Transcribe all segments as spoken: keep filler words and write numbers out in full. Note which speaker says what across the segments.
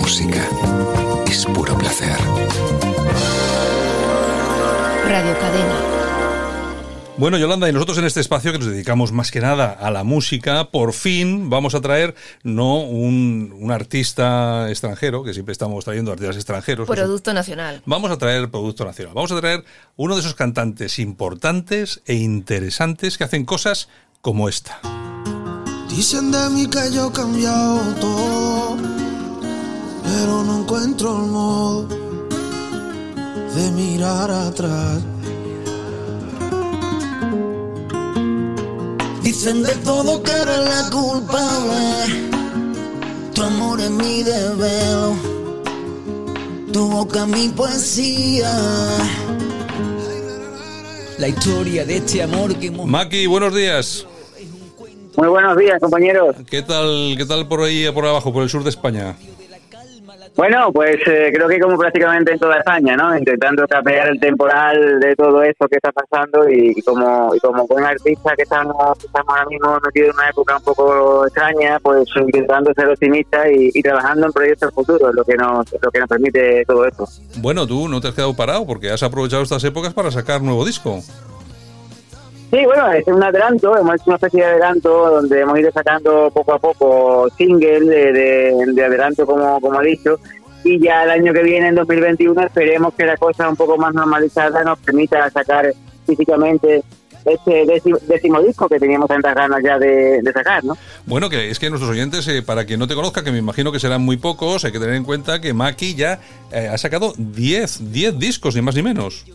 Speaker 1: música es puro placer.
Speaker 2: Radio Cadena.
Speaker 3: Bueno, Yolanda, y nosotros en este espacio que nos dedicamos más que nada a la música, por fin vamos a traer no un, un artista extranjero, que siempre estamos trayendo artistas extranjeros.
Speaker 2: Producto nacional.
Speaker 3: Vamos a traer producto nacional. Vamos a traer uno de esos cantantes importantes e interesantes que hacen cosas como esta.
Speaker 4: Dicen de mí que yo he cambiado todo, pero no encuentro el modo de mirar atrás. Dicen de todo que eres la culpable, tu amor es mi desvelo, tu boca mi poesía, la historia de este amor que...
Speaker 3: Maki, buenos días.
Speaker 5: Muy buenos días, compañeros.
Speaker 3: ¿Qué tal, qué tal por ahí, por abajo, por el sur de España?
Speaker 5: Bueno, pues eh, creo que como prácticamente en toda España, ¿no? Intentando capear el temporal de todo esto que está pasando y, y como y como buen artista que estamos, que estamos ahora mismo metidos en una época un poco extraña, pues intentando ser optimista y, y trabajando en proyectos futuros, lo que nos lo que nos permite todo esto.
Speaker 3: Bueno, tú no te has quedado parado porque has aprovechado estas épocas para sacar nuevo disco.
Speaker 5: Sí, bueno, es un adelanto, hemos hecho una especie de adelanto donde hemos ido sacando poco a poco single de, de, de adelanto, como, como he dicho, y ya el año que viene, en dos mil veintiuno, esperemos que la cosa un poco más normalizada nos permita sacar físicamente este décimo, décimo disco que teníamos tantas ganas ya de, de sacar, ¿no?
Speaker 3: Bueno, que es que nuestros oyentes, eh, para quien no te conozca, que me imagino que serán muy pocos, hay que tener en cuenta que Maki ya eh, ha sacado diez discos, ni más ni menos.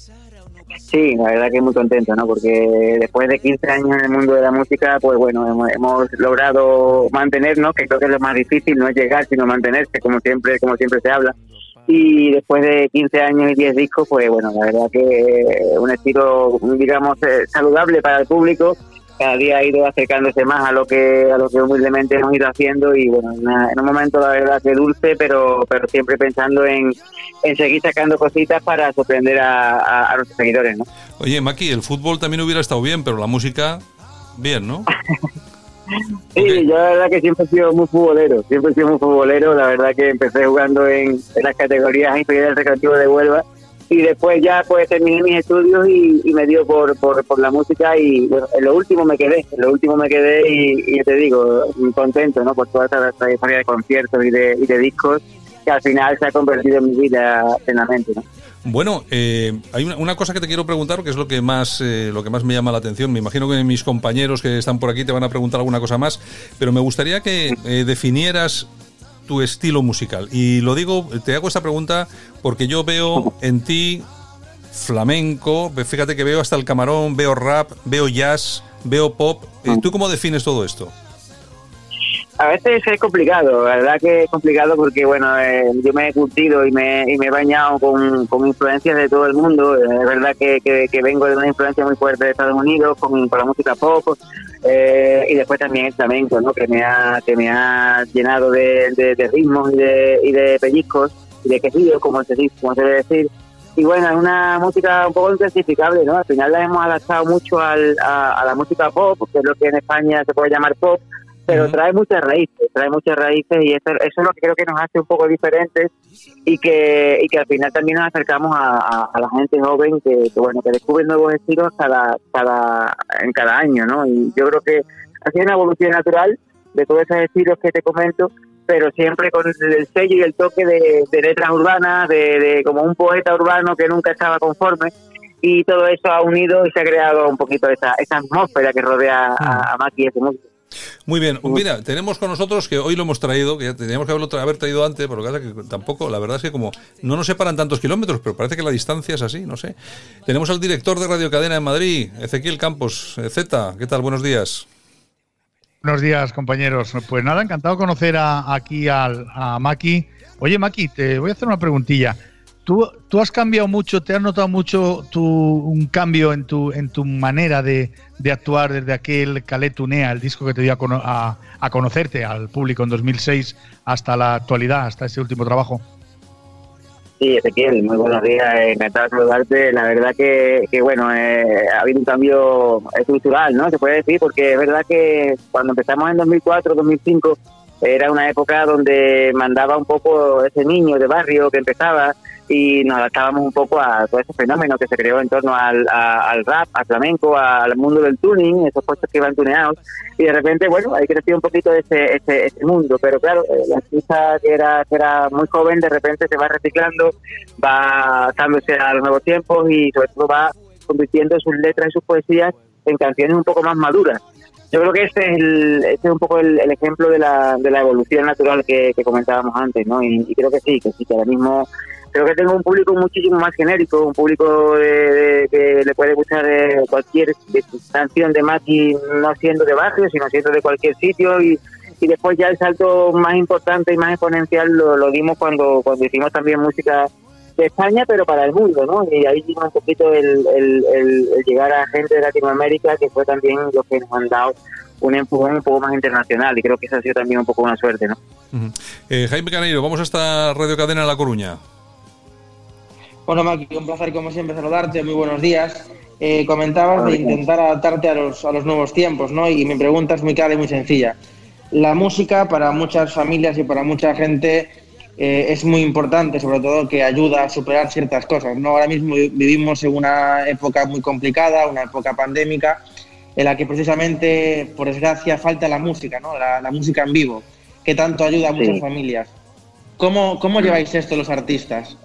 Speaker 5: Sí, la verdad que muy contento, ¿no? Porque después de quince años en el mundo de la música, pues bueno, hemos, hemos logrado mantenernos, que creo que es lo más difícil, no es llegar, sino mantenerse, como siempre, como siempre se habla. Y después de quince años y diez discos, pues bueno, la verdad que un estilo, digamos, saludable para el público. Cada día ha ido acercándose más a lo que a lo que humildemente hemos ido haciendo y bueno, una, en un momento la verdad que dulce, pero pero siempre pensando en, en seguir sacando cositas para sorprender a, a, a nuestros seguidores, ¿no?
Speaker 3: Oye, Maki, el fútbol también hubiera estado bien, pero la música, bien, ¿no?
Speaker 5: Sí, okay. Yo la verdad que siempre he sido muy futbolero, siempre he sido muy futbolero, la verdad que empecé jugando en, en las categorías inferiores del Recreativo de Huelva. Y después ya pues terminé mis estudios y, y me dio por, por por la música y bueno, en lo último me quedé, en lo último me quedé y, y te digo, contento, ¿no? Por toda esta trayectoria de conciertos y de, y de discos que al final se ha convertido en mi vida plenamente, ¿no?
Speaker 3: Bueno, eh, hay una, una cosa que te quiero preguntar, que es lo que más eh, lo que más me llama la atención. Me imagino que mis compañeros que están por aquí te van a preguntar alguna cosa más, pero me gustaría que eh, definieras tu estilo musical. Y lo digo, te hago esta pregunta porque yo veo en ti flamenco, fíjate que veo hasta el camarón, veo rap, veo jazz, veo pop. ¿Tú cómo defines todo esto?
Speaker 5: A veces es complicado, la verdad que es complicado porque, bueno, eh, yo me he curtido y me, y me he bañado con, con influencias de todo el mundo. Es verdad que, que, que vengo de una influencia muy fuerte de Estados Unidos con, con la música pop, eh, y después también el flamenco, ¿no? Que me ha que me ha llenado de, de, de ritmos y de, y de pellizcos y de quejidos, como se, como se debe decir. Y bueno, es una música un poco inclasificable, ¿no? Al final la hemos adaptado mucho al, a, a la música pop, que es lo que en España se puede llamar pop, pero uh-huh. trae muchas raíces, trae muchas raíces y eso, eso es lo que creo que nos hace un poco diferentes y que y que al final también nos acercamos a, a, a la gente joven que, que bueno que descubre nuevos estilos cada cada en cada año, ¿no? Y yo creo que ha sido una evolución natural de todos esos estilos que te comento, pero siempre con el sello y el toque de, de letras urbanas, de, de como un poeta urbano que nunca estaba conforme. Y todo eso ha unido y se ha creado un poquito esa, esa atmósfera que rodea a, a Maki y a su música.
Speaker 3: Muy bien, mira, tenemos con nosotros, que hoy lo hemos traído, que ya teníamos que haberlo tra- haber traído antes, pero que tampoco, la verdad es que como no nos separan tantos kilómetros, pero parece que la distancia es así, no sé. Tenemos al director de Radio Cadena en Madrid, Ezequiel Campos. Zeta, ¿qué tal? Buenos días.
Speaker 6: Buenos días, compañeros. Pues nada, encantado de conocer a, aquí al, a Maki. Oye, Maki, te voy a hacer una preguntilla. ¿Tú, tú has cambiado mucho, te has notado mucho tu, un cambio en tu en tu manera de, de actuar desde aquel Calé Tunea, el disco que te dio a, cono, a, a conocerte al público en dos mil seis, hasta la actualidad, hasta ese último trabajo?
Speaker 5: Sí, Ezequiel, muy buenos días, encantado de saludarte. La verdad que, que bueno, eh, ha habido un cambio estructural, ¿no? Se puede decir, porque es verdad que cuando empezamos en dos mil cuatro, dos mil cinco, era una época donde mandaba un poco ese niño de barrio que empezaba y nos adaptábamos un poco a todo ese fenómeno que se creó en torno al, a, al rap, al flamenco, al mundo del tuning, esos puestos que iban tuneados, y de repente, bueno, ahí creció un poquito ese, ese, ese mundo, pero claro, la artista que era, que era muy joven, de repente se va reciclando, va adaptándose a los nuevos tiempos y sobre todo va convirtiendo sus letras y sus poesías en canciones un poco más maduras. Yo creo que este es, el, este es un poco el, el ejemplo de la, de la evolución natural que, que comentábamos antes, ¿no? Y, y creo que sí, que sí, que ahora mismo creo que tengo un público muchísimo más genérico, un público de, de, que le puede gustar de cualquier de, canción de Maki, no siendo de barrio, sino siendo de cualquier sitio, y, y después ya el salto más importante y más exponencial lo, lo dimos cuando, cuando hicimos también música de España, pero para el mundo, ¿no? Y ahí vino un poquito el, el, el, el llegar a gente de Latinoamérica, que fue también lo que nos han dado un empujón un poco más internacional, y creo que eso ha sido también un poco una suerte, ¿no?
Speaker 3: Uh-huh. eh, Jaime Caneiro, vamos hasta Radio Cadena La Coruña.
Speaker 7: Bueno, Maki, un placer como siempre saludarte, muy buenos días. Eh, comentabas de intentar adaptarte a los, a los nuevos tiempos, ¿no? Y mi pregunta es muy clara y muy sencilla. La música para muchas familias y para mucha gente eh, es muy importante, sobre todo que ayuda a superar ciertas cosas, ¿no? Ahora mismo vivimos en una época muy complicada, una época pandémica, en la que precisamente, por desgracia, falta la música, ¿no? La, la música en vivo, que tanto ayuda a muchas sí. familias. ¿Cómo, cómo lleváis esto los artistas?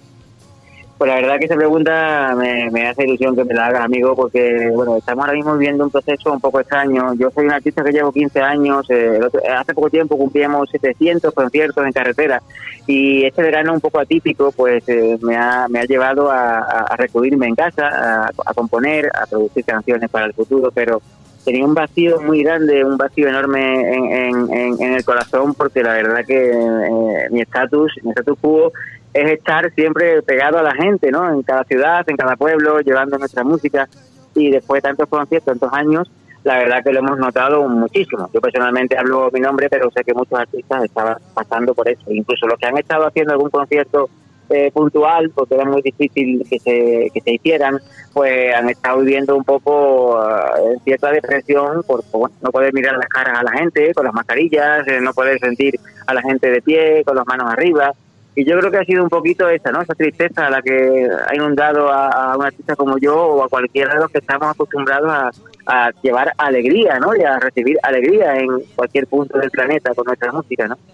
Speaker 5: Pues la verdad que esa pregunta me, me hace ilusión que me la hagas, amigo, porque bueno, estamos ahora mismo viviendo un proceso un poco extraño. Yo soy un artista que llevo quince años, eh, el otro, hace poco tiempo cumplíamos setecientos conciertos en carretera, y este verano un poco atípico pues eh, me, ha, me ha llevado a, a recluirme en casa, a, a componer, a producir canciones para el futuro, pero tenía un vacío muy grande, un vacío enorme en, en, en, en el corazón, porque la verdad que eh, mi estatus, mi estatus quo es estar siempre pegado a la gente, ¿no? En cada ciudad, en cada pueblo, llevando nuestra música, y después de tantos conciertos, tantos años, la verdad que lo hemos notado muchísimo. Yo personalmente hablo mi nombre, pero sé que muchos artistas estaban pasando por eso. Incluso los que han estado haciendo algún concierto eh, puntual, porque era muy difícil que se, que se hicieran, pues han estado viviendo un poco uh, en cierta depresión por, por no poder mirar las caras a la gente con las mascarillas, eh, no poder sentir a la gente de pie, con las manos arriba. Y yo creo que ha sido un poquito esa, ¿no? Esa tristeza a la que ha inundado a, a un artista como yo, o a cualquiera de los que estamos acostumbrados a, a llevar alegría, ¿no? Y a recibir alegría en cualquier punto del planeta con nuestra música, ¿no?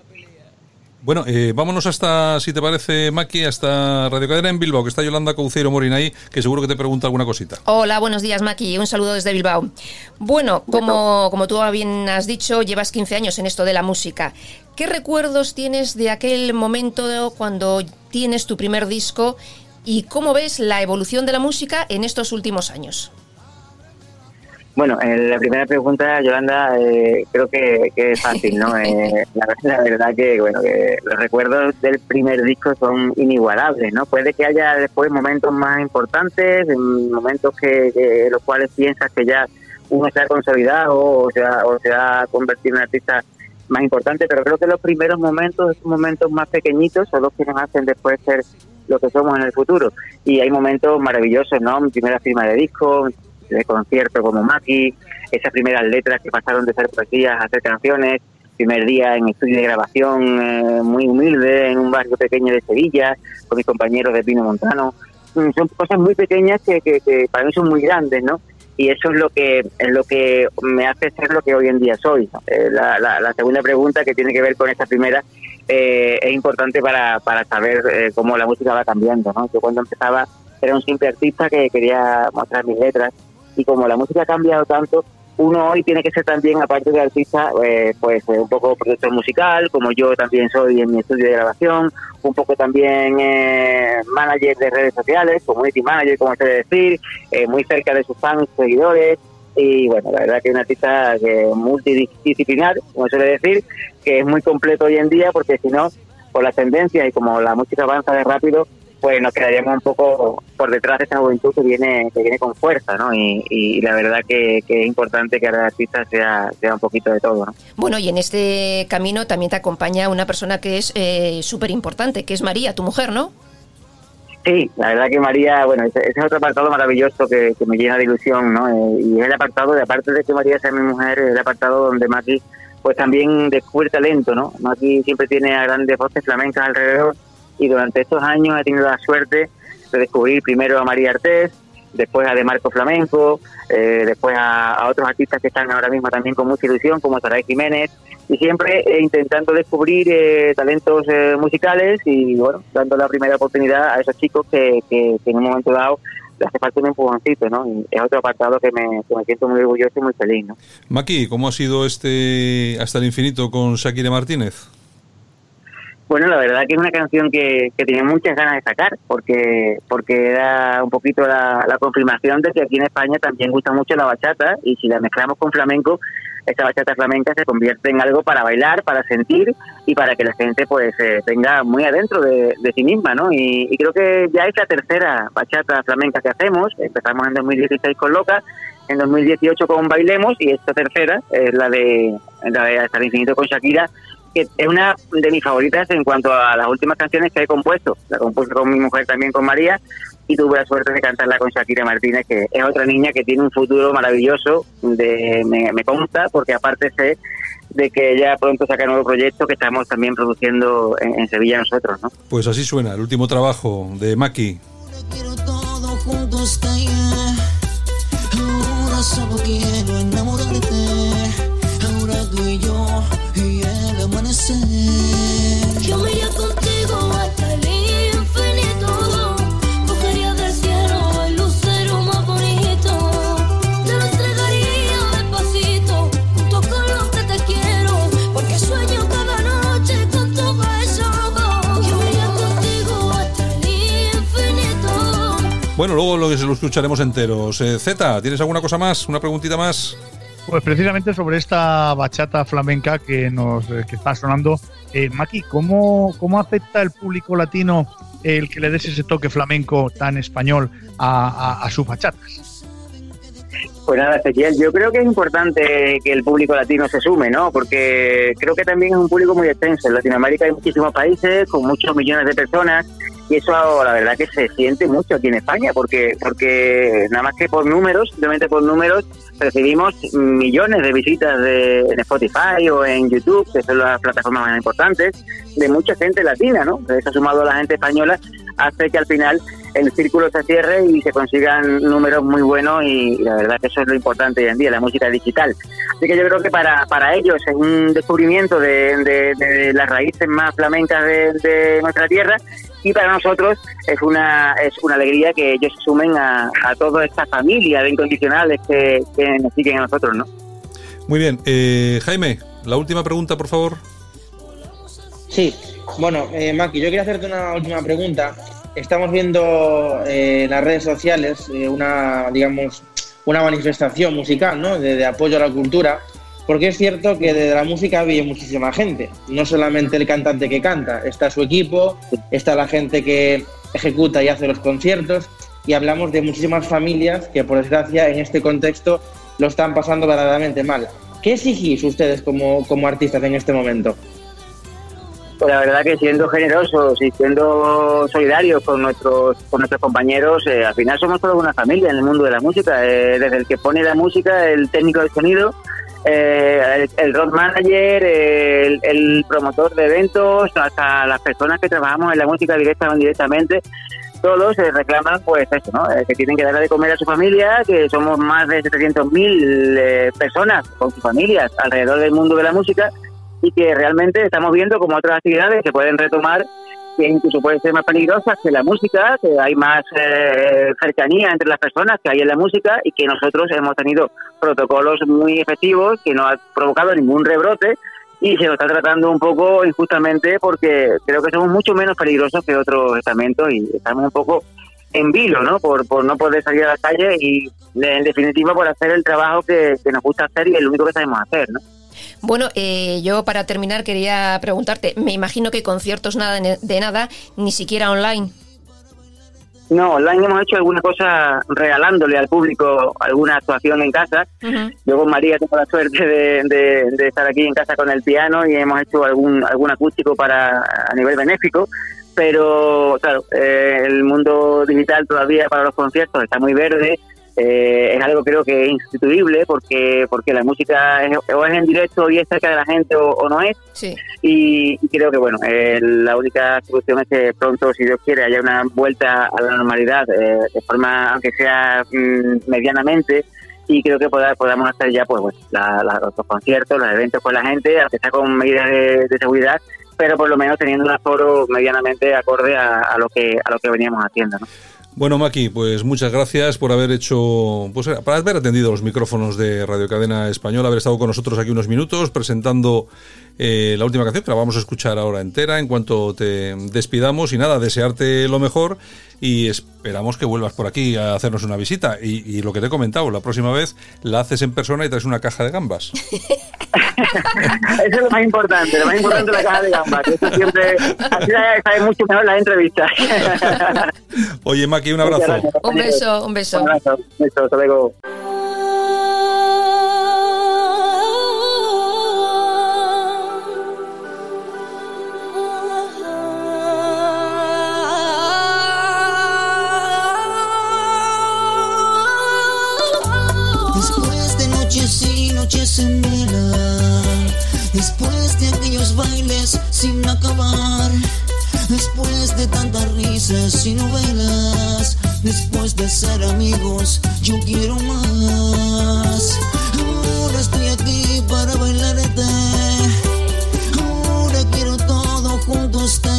Speaker 3: Bueno, eh, vámonos hasta, si te parece, Maki, hasta Radio Cadena en Bilbao, que está Yolanda Couceiro Morín ahí, que seguro que te pregunta alguna cosita.
Speaker 2: Hola, buenos días, Maki. Un saludo desde Bilbao. Bueno, como, como tú bien has dicho, llevas quince años en esto de la música. ¿Qué recuerdos tienes de aquel momento cuando tienes tu primer disco y cómo ves la evolución de la música en estos últimos años?
Speaker 5: Bueno, eh, la primera pregunta, Yolanda, eh, creo que, que es fácil, ¿no? Eh, la, la verdad que, bueno, que los recuerdos del primer disco son inigualables, ¿no? Puede que haya después momentos más importantes, momentos que, que los cuales piensas que ya uno se ha consolidado o se ha, o se ha convertido en un artista más importante, pero creo que los primeros momentos, esos momentos más pequeñitos, son los que nos hacen después ser lo que somos en el futuro. Y hay momentos maravillosos, ¿no? Mi primera firma de disco, de concierto como Maki, esas primeras letras que pasaron de ser poesías a ser canciones, primer día en estudio de grabación eh, muy humilde en un barrio pequeño de Sevilla con mis compañeros de Pino Montano. Son cosas muy pequeñas que, que, que para mí son muy grandes, ¿no? Y eso es lo que es lo que me hace ser lo que hoy en día soy, ¿no? Eh, la, la, la segunda pregunta, que tiene que ver con esta primera, eh, es importante para, para saber eh, cómo la música va cambiando, ¿no? Yo cuando empezaba era un simple artista que quería mostrar mis letras, y como la música ha cambiado tanto, uno hoy tiene que ser también, aparte de artista, eh, pues un poco productor musical, como yo también soy en mi estudio de grabación, un poco también eh, manager de redes sociales, community manager, como se debe decir, eh, muy cerca de sus fans, seguidores, y bueno, la verdad que es un artista que multidisciplinar, como se debe decir, que es muy completo hoy en día, porque si no, por las tendencias y como la música avanza de rápido, pues nos quedaríamos un poco por detrás de esta juventud que viene que viene con fuerza, ¿no? Y, y la verdad que, que es importante que cada artista sea, sea un poquito de todo, ¿no?
Speaker 2: Bueno, y en este camino también te acompaña una persona que es eh, súper importante, que es María, tu mujer, ¿no?
Speaker 5: Sí, la verdad que María, bueno, ese, ese es otro apartado maravilloso que, que me llena de ilusión, ¿no? Eh, y es el apartado, de aparte de que María sea mi mujer, es el apartado donde Maki pues también descubre talento, ¿no? Maki siempre tiene a grandes voces flamencas alrededor y durante estos años he tenido la suerte de descubrir primero a María Artés, después a De Marco Flamenco, eh, después a, a otros artistas que están ahora mismo también con mucha ilusión, como Saray Jiménez, y siempre eh, intentando descubrir eh, talentos eh, musicales y, bueno, dando la primera oportunidad a esos chicos que, que, que en un momento dado le hace falta un empujoncito, ¿no? Y es otro apartado que me, que me siento muy orgulloso y muy feliz, ¿no?
Speaker 3: Maki, ¿cómo ha sido este Hasta el Infinito con Shakira Martínez?
Speaker 5: Bueno, la verdad que es una canción que, que tenía muchas ganas de sacar, porque porque era un poquito la, la confirmación de que aquí en España también gusta mucho la bachata, y si la mezclamos con flamenco, esta bachata flamenca se convierte en algo para bailar, para sentir y para que la gente pues eh, tenga muy adentro de, de sí misma, ¿no? Y, y creo que ya es la tercera bachata flamenca que hacemos. Empezamos en dos mil dieciséis con Loca, en dos mil dieciocho con Bailemos, y esta tercera es la de, la de Hasta el Infinito con Shakira, que es una de mis favoritas en cuanto a las últimas canciones que he compuesto. La compuse con mi mujer, también con María, y tuve la suerte de cantarla con Shakira Martínez, que es otra niña que tiene un futuro maravilloso, de, me, me consta, porque aparte sé de que ella pronto saca nuevo proyecto que estamos también produciendo en, en Sevilla nosotros, ¿no?
Speaker 3: Pues así suena el último trabajo de Maki.
Speaker 4: Quiero todo junto hasta allá. Ahora solo quiero enamorarte. Ahora tú y yo y el amanecer.
Speaker 8: Yo me iría contigo hasta el infinito. Buscaría del cielo el lucero más bonito. Te lo entregaría despacito, junto con lo que te quiero, porque sueño cada noche con tu beso. Yo me iría contigo hasta el infinito.
Speaker 3: Bueno, luego lo que se lo escucharemos enteros. Eh, Zeta, ¿tienes alguna cosa más? ¿Una preguntita más?
Speaker 6: Pues precisamente sobre esta bachata flamenca que nos que está sonando, eh, Maki, ¿cómo, ¿cómo afecta el público latino el que le des ese toque flamenco tan español a, a, a sus bachatas?
Speaker 5: Pues nada, Ezequiel, yo creo que es importante que el público latino se sume, ¿no? Porque creo que también es un público muy extenso. En Latinoamérica hay muchísimos países con muchos millones de personas, y eso la verdad que se siente mucho aquí en España, porque porque nada más que por números, simplemente por números, recibimos millones de visitas de, en Spotify o en YouTube, que son las plataformas más importantes, de mucha gente latina, ¿no? Eso sumado a la gente española hace que al final el círculo se cierre y se consigan números muy buenos, y, y la verdad que eso es lo importante hoy en día, la música digital. Así que yo creo que para para ellos es un descubrimiento de, de, de las raíces más flamencas de, de nuestra tierra, y para nosotros es una es una alegría que ellos se sumen a, a toda esta familia de incondicionales que, que nos siguen a nosotros, ¿no?
Speaker 3: Muy bien. Eh, Jaime, la última pregunta, por favor.
Speaker 7: Sí, bueno, eh, Maki, yo quería hacerte una última pregunta. Estamos viendo eh, en las redes sociales eh, una, digamos, una manifestación musical, ¿no? De, de apoyo a la cultura, porque es cierto que de la música vive muchísima gente, no solamente el cantante que canta, está su equipo, está la gente que ejecuta y hace los conciertos, y hablamos de muchísimas familias que, por desgracia, en este contexto lo están pasando verdaderamente mal. ¿Qué exigís ustedes como, como artistas en este momento?
Speaker 5: Pues la verdad que siendo generosos y siendo solidarios con nuestros con nuestros compañeros, eh, al final somos toda una familia en el mundo de la música, eh, desde el que pone la música, el técnico de sonido, eh, el, el road manager, el, el promotor de eventos, hasta las personas que trabajamos en la música directa o indirectamente. Todos se reclaman, pues eso, ¿no? Eh, que tienen que darle de comer a su familia, que somos más de setecientos mil eh, personas con sus familias alrededor del mundo de la música, y que realmente estamos viendo como otras actividades se pueden retomar, que incluso pueden ser más peligrosas que la música, que hay más eh, cercanía entre las personas que hay en la música, y que nosotros hemos tenido protocolos muy efectivos que no han provocado ningún rebrote, y se lo está tratando un poco injustamente, porque creo que somos mucho menos peligrosos que otros estamentos y estamos un poco en vilo, ¿no? Por, por no poder salir a la calle y, en definitiva, por hacer el trabajo que, que nos gusta hacer y el único que sabemos hacer, ¿no?
Speaker 2: Bueno, eh, yo para terminar quería preguntarte, me imagino que conciertos nada de nada, ni siquiera online.
Speaker 5: No, online hemos hecho alguna cosa regalándole al público alguna actuación en casa. Uh-huh. Yo con María tengo la suerte de, de, de estar aquí en casa con el piano, y hemos hecho algún algún acústico para a nivel benéfico, pero claro, eh, el mundo digital todavía para los conciertos está muy verde, eh, es algo creo que es insustituible porque porque la música es, o es en directo y es cerca de la gente o, o no es.
Speaker 2: Sí.
Speaker 5: Y, y creo que bueno, eh, la única solución es que pronto, si Dios quiere, haya una vuelta a la normalidad eh, de forma, aunque sea mmm, medianamente, y creo que poda, podamos hacer ya pues bueno, la, la, los conciertos, los eventos con la gente, aunque sea con medidas de, de seguridad, pero por lo menos teniendo un aforo medianamente acorde a, a lo que a lo que veníamos haciendo, ¿no?
Speaker 3: Bueno, Maki, pues muchas gracias por haber hecho, pues para haber atendido los micrófonos de Radio Cadena Española, haber estado con nosotros aquí unos minutos presentando eh, la última canción, que la vamos a escuchar ahora entera en cuanto te despidamos. Y nada, desearte lo mejor y esperamos que vuelvas por aquí a hacernos una visita. Y, y lo que te he comentado, la próxima vez la haces en persona y traes una caja de gambas.
Speaker 5: Eso es lo más importante, lo más importante es la caja de gambas. Eso siempre, así sabe mucho mejor las entrevistas.
Speaker 3: Oye, Maki, un abrazo.
Speaker 2: Un beso, un beso.
Speaker 5: Un abrazo, un beso, hasta luego.
Speaker 4: Después de noches y noches en vela, después de aquellos bailes sin acabar, después de tantas risas y novelas, después de ser amigos, yo quiero más. Ahora estoy aquí para bailarte, ahora quiero todo junto a usted.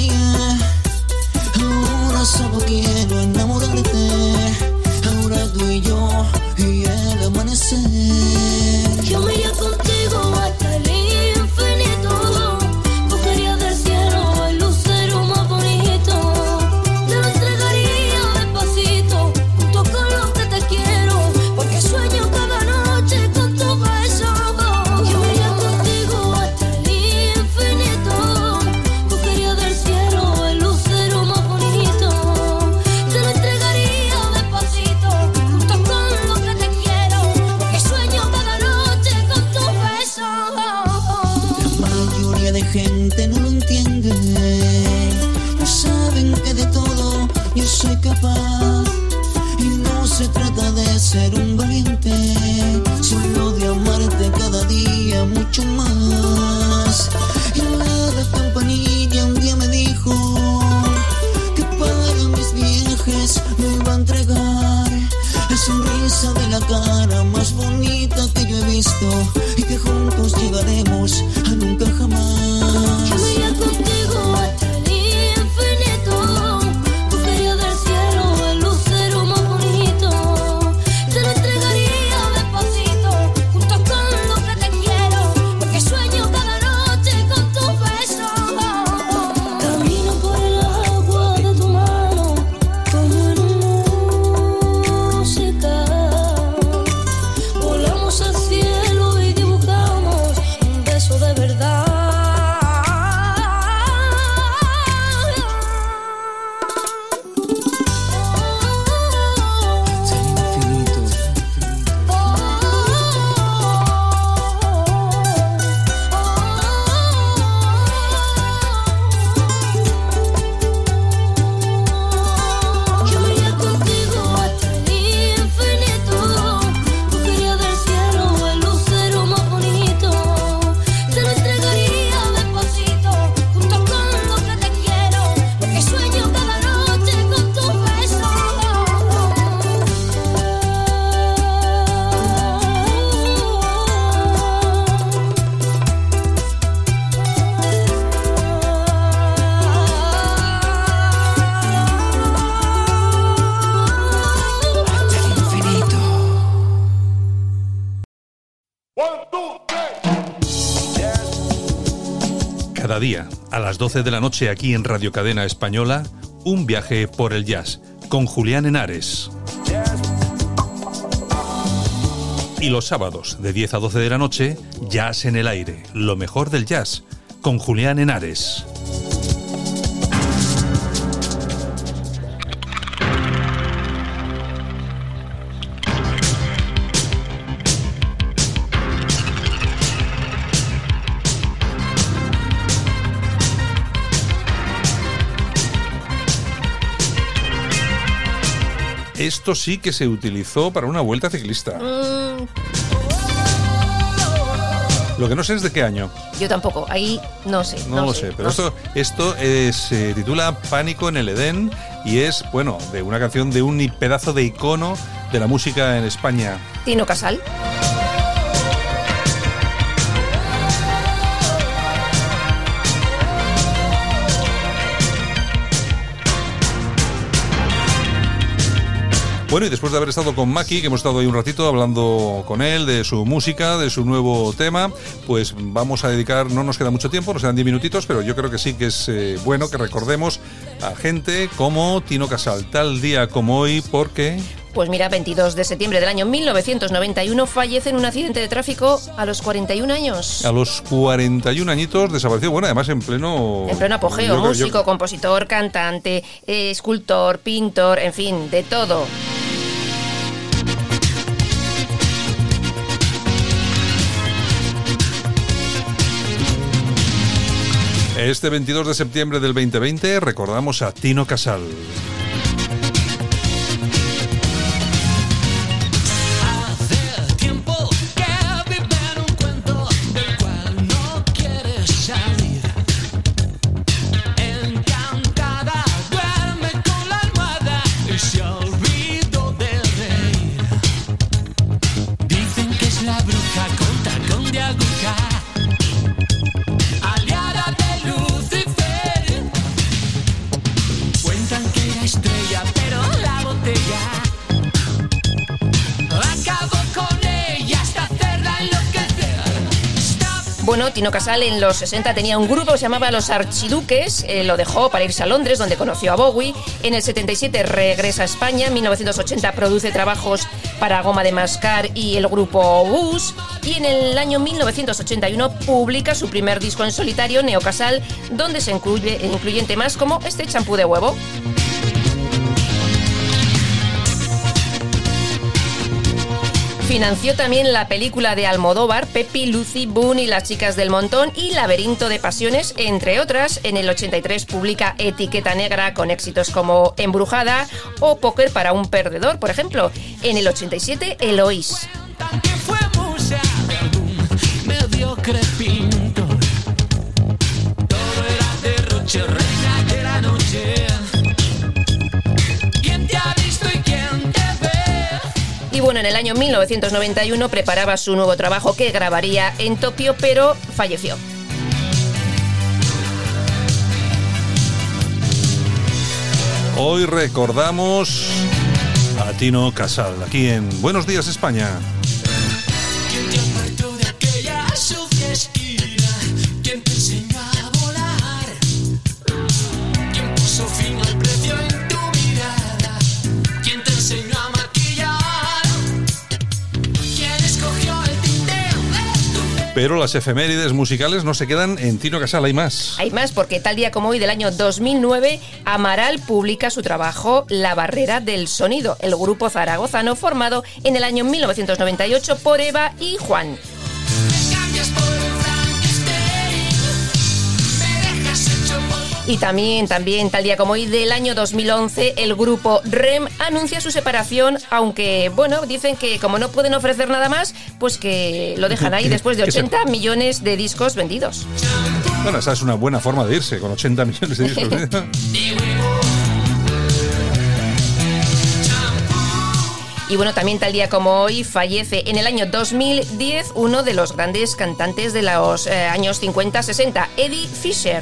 Speaker 4: Ahora solo quiero enamorarte, ahora tú y yo y el amanecer.
Speaker 8: Yo me iría contigo hasta el infinito, buscaría del cielo el lucero más bonito, te lo entregaría despacito, junto con lo que te quiero, porque sueño cada noche con tu beso. Yo me iría contigo hasta el infinito, buscaría del cielo el lucero más bonito, te lo entregaría despacito, junto con lo que te quiero, porque sueño cada noche con tu beso.
Speaker 4: La mayoría de gente no lo entiende, no saben que de todo yo soy capaz. Y no se trata de ser un valiente, solo de amarte cada día mucho más. Y la campanilla un día me dijo que para mis viajes me iba a entregar la sonrisa de la cara más bonita que yo he visto, y que juntos llegaremos a nunca jamás.
Speaker 8: Yo me iría contigo hasta el infinito, buscaría del cielo el lucero más bonito, te lo entregaría despacito, junto con lo que te quiero, porque sueño cada noche con tu beso. Camino por el agua de tu mano, como en una música, volamos al cielo y dibujamos un beso de verdad. Yo me iría contigo hasta el infinito, buscaría del cielo el lucero más bonito, te lo entregaría despacito, junto con lo que te quiero, porque sueño cada noche con tu beso.
Speaker 3: Cada día, a las doce de la noche aquí en Radio Cadena Española, un viaje por el jazz, con Julián Henares. Y los sábados, de diez a doce de la noche, Jazz en el Aire, lo mejor del jazz, con Julián Henares. esto sí que se utilizó para una vuelta ciclista.
Speaker 2: Mm,
Speaker 3: Lo que no sé es de qué año.
Speaker 2: yo tampoco, ahí no sé.
Speaker 3: No,
Speaker 2: No,
Speaker 3: lo
Speaker 2: sé,
Speaker 3: sé, pero
Speaker 2: no
Speaker 3: esto,
Speaker 2: sé.
Speaker 3: esto eh, se titula Pánico en el Edén y es, bueno, de una canción de un pedazo de icono de la música en España.
Speaker 2: Tino Casal.
Speaker 3: Bueno, y después de haber estado con Maki, que hemos estado ahí un ratito hablando con él de su música, de su nuevo tema, pues vamos a dedicar, no nos queda mucho tiempo, nos quedan diez minutitos, pero yo creo que sí que es eh, bueno que recordemos a gente como Tino Casal, tal día como hoy, porque...
Speaker 2: Pues mira, veintidós de septiembre del año mil novecientos noventa y uno fallece en un accidente de tráfico a los cuarenta y un años.
Speaker 3: A los cuarenta y un añitos desapareció, bueno, además en pleno...
Speaker 2: En pleno apogeo,
Speaker 3: yo creo-
Speaker 2: músico,
Speaker 3: yo-
Speaker 2: compositor, cantante, eh, escultor, pintor, en fin, de todo.
Speaker 3: Este veintidós de septiembre del veinte veinte recordamos a Tino Casal.
Speaker 9: Hace tiempo que vive en un cuento del cual no quiere salir. Encantada duerme con la almohada y se olvidó de reír. Dicen que es la bruja con tacón de aguja, aliada de Lucifer. Cuentan que era estrella, pero la botella acabó con ella hasta hacerla enloquecer. Stop.
Speaker 2: Bueno, Tino Casal en los sesenta tenía un grupo que se llamaba Los Archiduques, eh, lo dejó para irse a Londres, donde conoció a Bowie. En el setenta y siete regresa a España, en mil novecientos ochenta produce trabajos para Goma de Mascar y el grupo Bus, y en el año mil novecientos ochenta y uno publica su primer disco en solitario, Neo Casal, donde se incluye, incluyen temas como este champú de huevo. Financió también la película de Almodóvar, Pepi, Lucy, Boone y las chicas del montón y Laberinto de pasiones, entre otras. En el ochenta y tres publica Etiqueta Negra con éxitos como Embrujada o Póker para un perdedor, por ejemplo. En el ochenta y siete, Eloís.
Speaker 9: También fue musa de algún mediocre pintor. Todo era derroche, reina de la noche. ¿Quién te ha visto y quién te ve?
Speaker 2: Y bueno, en el año mil novecientos noventa y uno preparaba su nuevo trabajo que grabaría en Tokio, pero falleció.
Speaker 3: Hoy recordamos a Tino Casal, aquí en Buenos Días España.
Speaker 9: ¿Quién te apartó de aquella sucia esquina? ¿Quién te enseñó a volar? ¿Quién puso fin al precio en tu mirada? ¿Quién te enseñó a maquillar? ¿Quién escogió el tinteo de tu pelo?
Speaker 3: Pero las efemérides musicales no se quedan en Tino Casal, hay más.
Speaker 2: Hay más, porque tal día como hoy del año dos mil nueve, Amaral publica su trabajo La Barrera del Sonido, el grupo zaragozano formado en el año mil novecientos noventa y ocho por Eva y Juan.
Speaker 9: Me cambias por un Frankenstein. Me dejas hecho polvo.
Speaker 2: Y también, también, tal día como hoy del año dos mil once, el grupo R E M anuncia su separación, aunque, bueno, dicen que como no pueden ofrecer nada más, pues que lo dejan ahí después de
Speaker 3: Que se-
Speaker 2: ochenta millones de discos vendidos.
Speaker 3: Bueno, esa es una buena forma de irse, con ochenta millones de discos.
Speaker 2: Y bueno, también tal día como hoy fallece en el año dos mil diez uno de los grandes cantantes de los eh, años cincuenta sesenta, Eddie Fisher.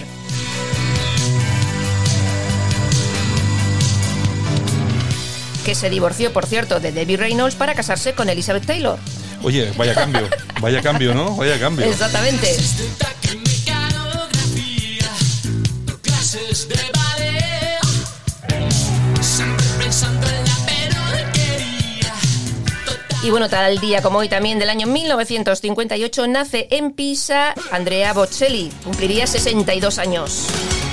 Speaker 2: Que se divorció, por cierto, de Debbie Reynolds para casarse con Elizabeth Taylor.
Speaker 3: Oye, vaya cambio, vaya cambio, ¿no? Vaya cambio.
Speaker 2: Exactamente.
Speaker 9: Estética y mecanografía, clases de ballet, siempre pensando en la peluquería.
Speaker 2: Y bueno, tal día como hoy también del año mil novecientos cincuenta y ocho nace en Pisa Andrea Bocelli. Cumpliría sesenta y dos años.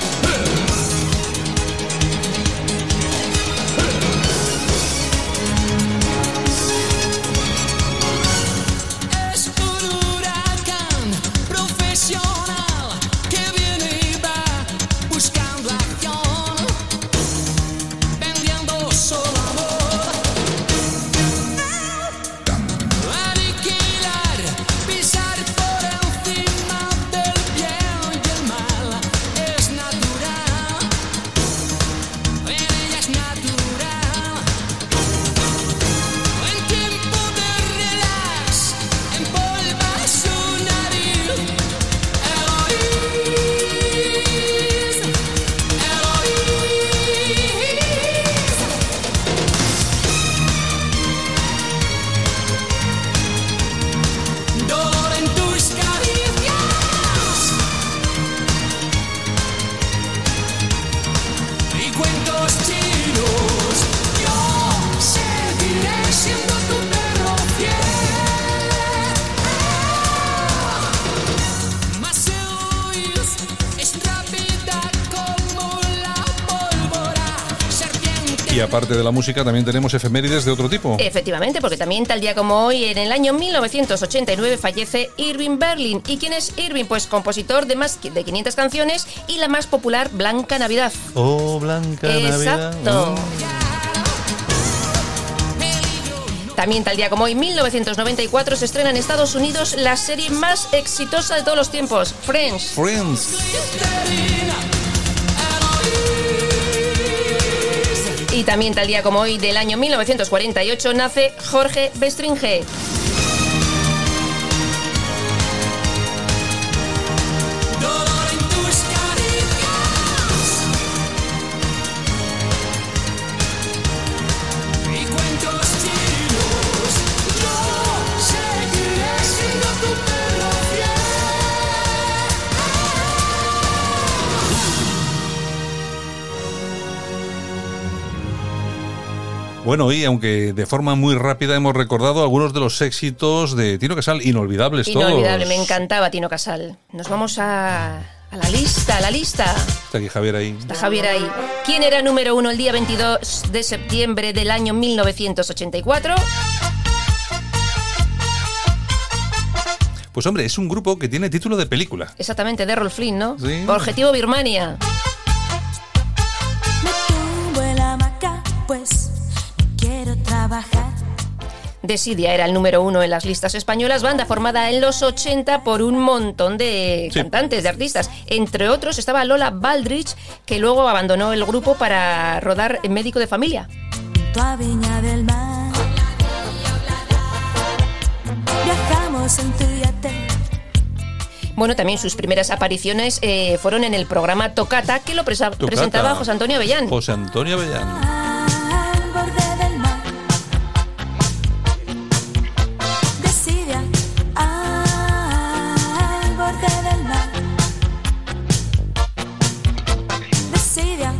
Speaker 9: Es un huracán profesional que viene y va buscando acción, vendiendo solo amor.
Speaker 3: aparte de la música, también tenemos efemérides de otro tipo.
Speaker 2: Efectivamente, porque también tal día como hoy, en el año mil novecientos ochenta y nueve, fallece Irving Berlin. ¿Y quién es Irving? Pues compositor de más de quinientas canciones y la más popular, Blanca Navidad.
Speaker 3: Oh, Blanca Navidad.
Speaker 2: Exacto. También tal día como hoy, mil novecientos noventa y cuatro, se estrena en Estados Unidos la serie más exitosa de todos los tiempos, Friends.
Speaker 3: Friends.
Speaker 2: Y también tal día como hoy, del año mil novecientos cuarenta y ocho, nace Jorge Bestringe.
Speaker 3: Bueno, y aunque de forma muy rápida hemos recordado algunos de los éxitos de Tino Casal, inolvidables todos.
Speaker 2: Inolvidable, me encantaba Tino Casal. Nos vamos a, a la lista, a la lista.
Speaker 3: Está aquí Javier ahí.
Speaker 2: Está Javier ahí. ¿Quién era número uno el día veintidós de septiembre del año mil novecientos ochenta y cuatro?
Speaker 3: Pues hombre, es un grupo que tiene título de película.
Speaker 2: Exactamente, de Errol Flynn, ¿no?
Speaker 3: Sí.
Speaker 2: Objetivo Birmania.
Speaker 8: Me tumbo en la hamaca, pues quiero trabajar.
Speaker 2: Desidia era el número uno en las listas españolas, banda formada en los ochenta por un montón de
Speaker 3: Sí.
Speaker 2: cantantes, de artistas. Entre otros estaba Lola Baldrich, que luego abandonó el grupo para rodar Médico de Familia.
Speaker 8: Junto a Viña del Mar. Viajamos en tu yate.
Speaker 2: Bueno, también sus primeras apariciones eh, fueron en el programa Tocata, que lo presa-
Speaker 3: Tocata.
Speaker 2: presentaba José Antonio Avellán.
Speaker 3: José Antonio Avellán.
Speaker 8: Al borde del mar. Desidia. Al borde del mar. Desidia.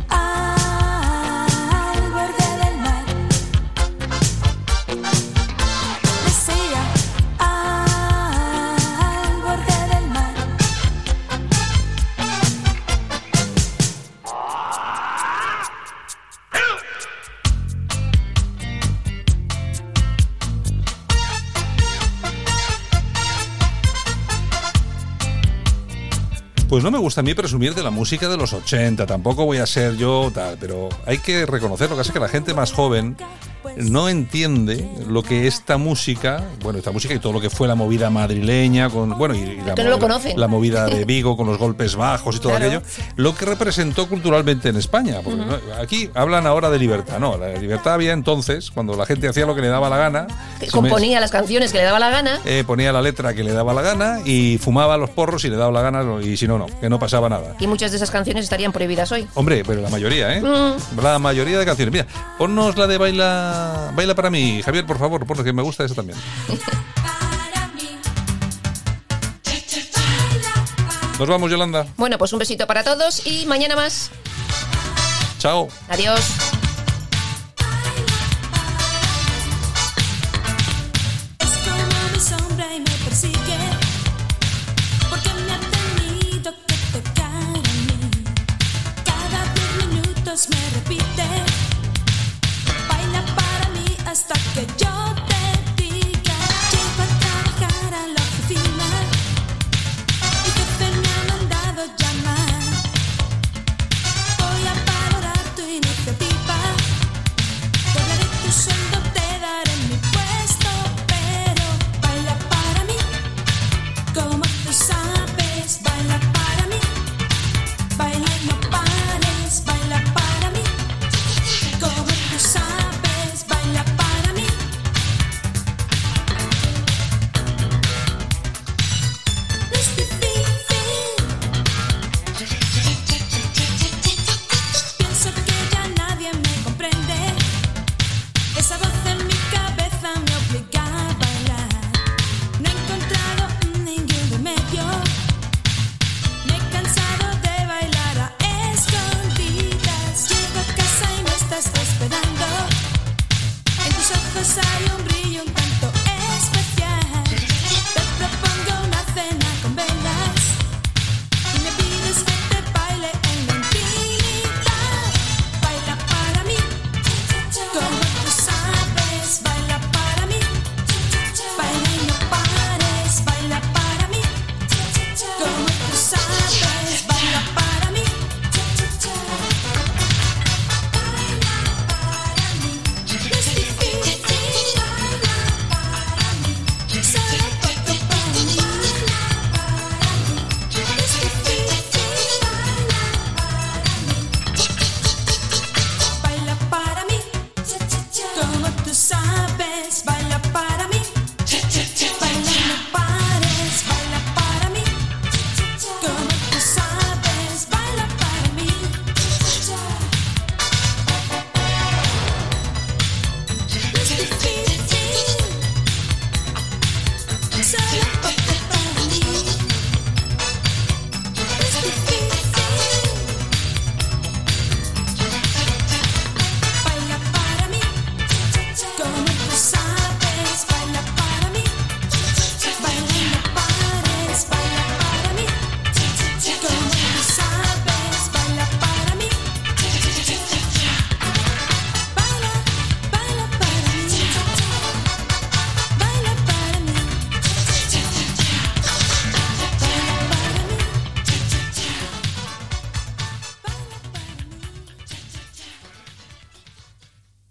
Speaker 8: Al borde del mar. Desidia. Al borde del mar.
Speaker 3: Pues no me gusta a mí presumir de la música de los ochenta, tampoco voy a ser yo tal, pero hay que reconocer lo que hace que la gente más joven no entiende lo que esta música, bueno, esta música y todo lo que fue la movida madrileña, con bueno, y, y la,
Speaker 2: Que no lo conocen.
Speaker 3: la movida de Vigo con los golpes bajos y todo
Speaker 2: Claro.
Speaker 3: aquello, lo que representó culturalmente en España. Porque no- aquí hablan ahora de libertad, no, la libertad había entonces, cuando la gente hacía lo que le daba la gana,
Speaker 2: Que
Speaker 3: se me-
Speaker 2: componía las canciones que le daba la gana.
Speaker 3: eh, ponía la letra que le daba la gana y fumaba los porros y le daba la gana, y si no, no, que no pasaba nada.
Speaker 2: Y muchas de esas canciones estarían prohibidas hoy.
Speaker 3: Hombre, pero la mayoría, ¿eh?
Speaker 2: Mm.
Speaker 3: La mayoría de canciones. Mira, ponnos la de Baila Baila para mí, Javier, por favor, porque me gusta esa también. Nos vamos, Yolanda.
Speaker 2: Bueno, pues un besito para todos y mañana más.
Speaker 3: Chao.
Speaker 2: Adiós.